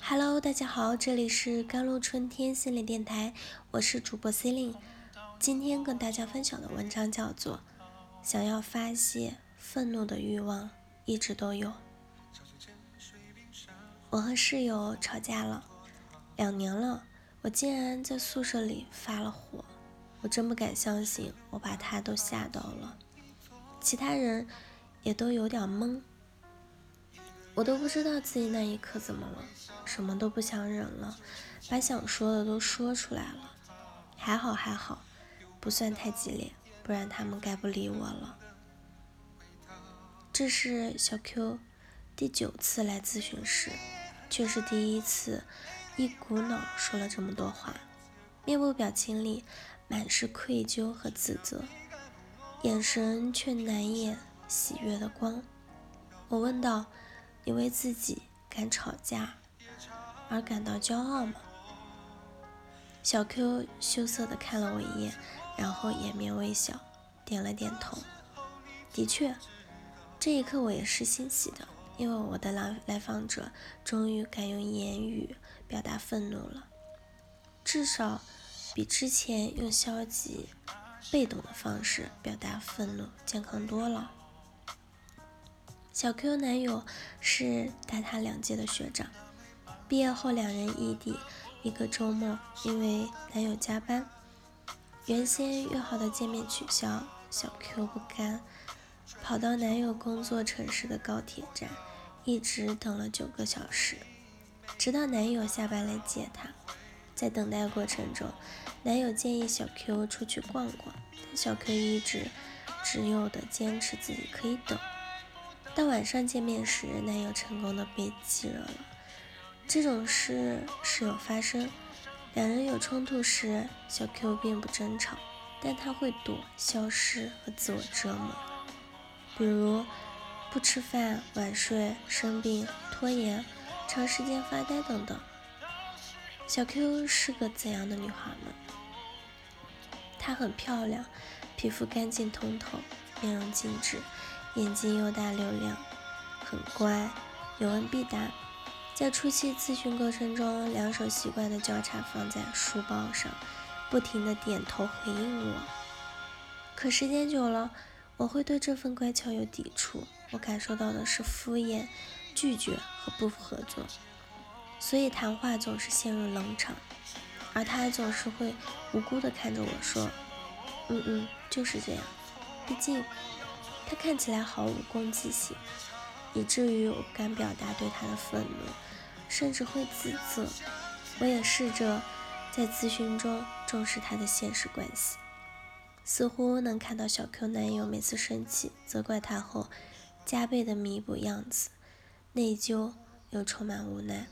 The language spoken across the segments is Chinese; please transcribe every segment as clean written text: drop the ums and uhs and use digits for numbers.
Hello，大家好，这里是甘露春天心理电台，我是主播 Celine。今天跟大家分享的文章叫做想要发泄愤怒的欲望一直都有。我和室友吵架了2年了，我竟然在宿舍里发了火，我真不敢相信我把他都吓到了，其他人也都有点懵，我都不知道自己那一刻怎么了，什么都不想忍了，把想说的都说出来了。还好，不算太激烈，不然他们该不理我了。这是小 Q 第9次来咨询室，却是第一次一股脑说了这么多话，面部表情里满是愧疚和自责，眼神却难掩喜悦的光。我问道，你为自己敢吵架而感到骄傲吗？小 Q 羞涩地看了我一眼，然后掩面微笑，点了点头。的确，这一刻我也是欣喜的，因为我的来访者终于敢用言语表达愤怒了，至少比之前用消极、被动的方式表达愤怒健康多了。小 Q 男友是大他2届的学长，毕业后2人异地，一个周末因为男友加班，原先约好的见面取消，小 Q 不甘，跑到男友工作城市的高铁站，一直等了9个小时，直到男友下班来接她。在等待过程中，男友建议小 Q 出去逛逛，但小 Q 一直执拗地坚持自己可以等。到晚上见面时，男友成功的被气惹了。这种事时有发生，2人有冲突时，小 Q 并不争吵，但他会躲、消失和自我折磨，比如不吃饭、晚睡、生病、拖延、长时间发呆等等。小 Q 是个怎样的女孩呢？她很漂亮，皮肤干净通透，面容精致，眼睛又大溜亮，很乖，有问必答。在初期咨询过程中，2手习惯的交叉放在书包上，不停地点头回应我。可时间久了，我会对这份乖巧有抵触，我感受到的是敷衍、拒绝和不合作，所以谈话总是陷入冷场，而他总是会无辜地看着我说就是这样。毕竟他看起来毫无攻击性，以至于我不敢表达对他的愤怒，甚至会自责。我也试着在咨询中重视他的现实关系，似乎能看到小 Q 男友每次生气责怪他后加倍的弥补样子，内疚又充满无奈。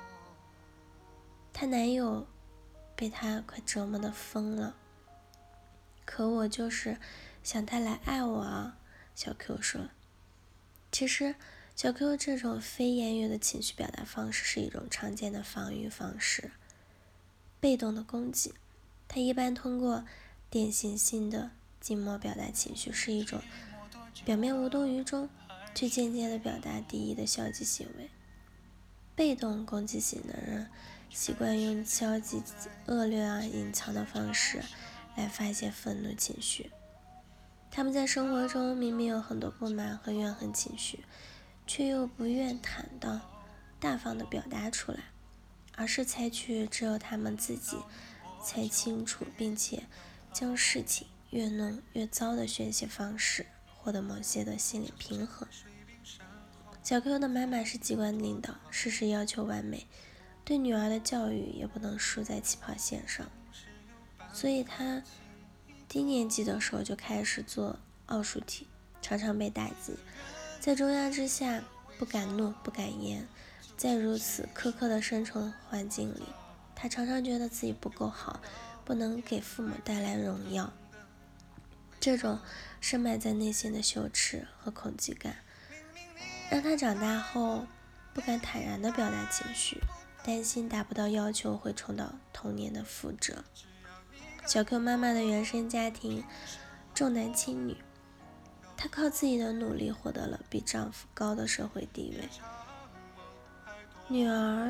她男友被她快折磨得疯了，可我就是想他来爱我啊，小 Q 说。其实小 Q 这种非言语的情绪表达方式是一种常见的防御方式，被动的攻击。他一般通过典型性的静默表达情绪，是一种表面无动于衷，却间接的表达敌意的消极行为。被动攻击型的人习惯用消极、恶劣隐藏的方式来发泄愤怒情绪。他们在生活中明明有很多不满和怨恨情绪，却又不愿坦荡、大方地表达出来，而是采取只有他们自己才清楚，并且将事情越弄越糟的宣泄方式，获得某些的心理平衡。小 Q 的妈妈是机关领导，事事要求完美，对女儿的教育也不能输在起跑线上，所以她低年级的时候就开始做奥数题，常常被打击，在重压之下不敢怒不敢言，在如此苛刻的生存环境里，他常常觉得自己不够好，不能给父母带来荣耀。这种深埋在内心的羞耻和恐惧感，让他长大后不敢坦然地表达情绪，担心达不到要求会重蹈童年的覆辙。小 Q 妈妈的原生家庭重男轻女，她靠自己的努力获得了比丈夫高的社会地位，女儿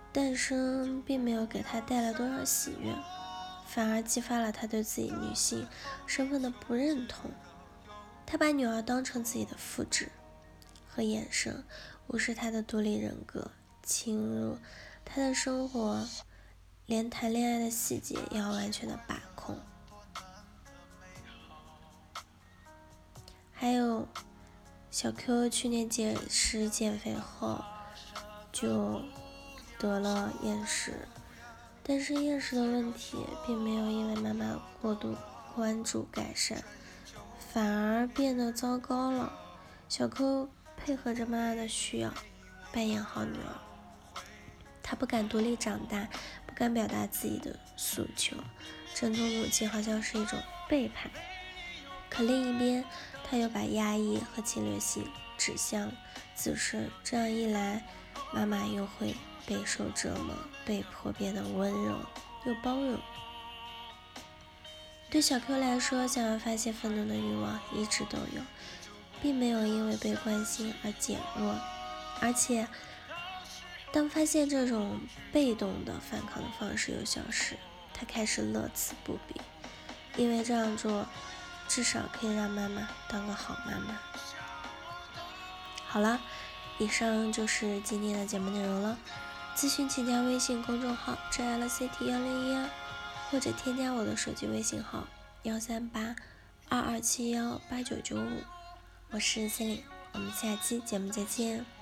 诞生并没有给他带来多少喜悦，反而激发了他对自己女性身份的不认同。他把女儿当成自己的复制和衍生，无视她的独立人格，侵入她的生活，连谈恋爱的细节也要完全的把控。还有小 Q 去年节食减肥后就得了厌食，但是厌食的问题并没有因为妈妈过度关注改善，反而变得糟糕了。小 Q 配合着妈妈的需要，扮演好女儿，他不敢独立长大，不敢表达自己的诉求，这种母亲好像是一种背叛。可另一边，他又把压抑和侵略性指向自身，这样一来，妈妈又会备受折磨，被迫变得温柔又包容。对小 Q 来说，想要发泄愤怒的欲望一直都有，并没有因为被关心而减弱，而且当发现这种被动的反抗的方式有效时，他开始乐此不疲，因为这样做至少可以让妈妈当个好妈妈。好了，以上就是今天的节目内容了。咨询请加微信公众号 JLCT1012，或者添加我的手机微信号13822718995。我是心灵，我们下期节目再见。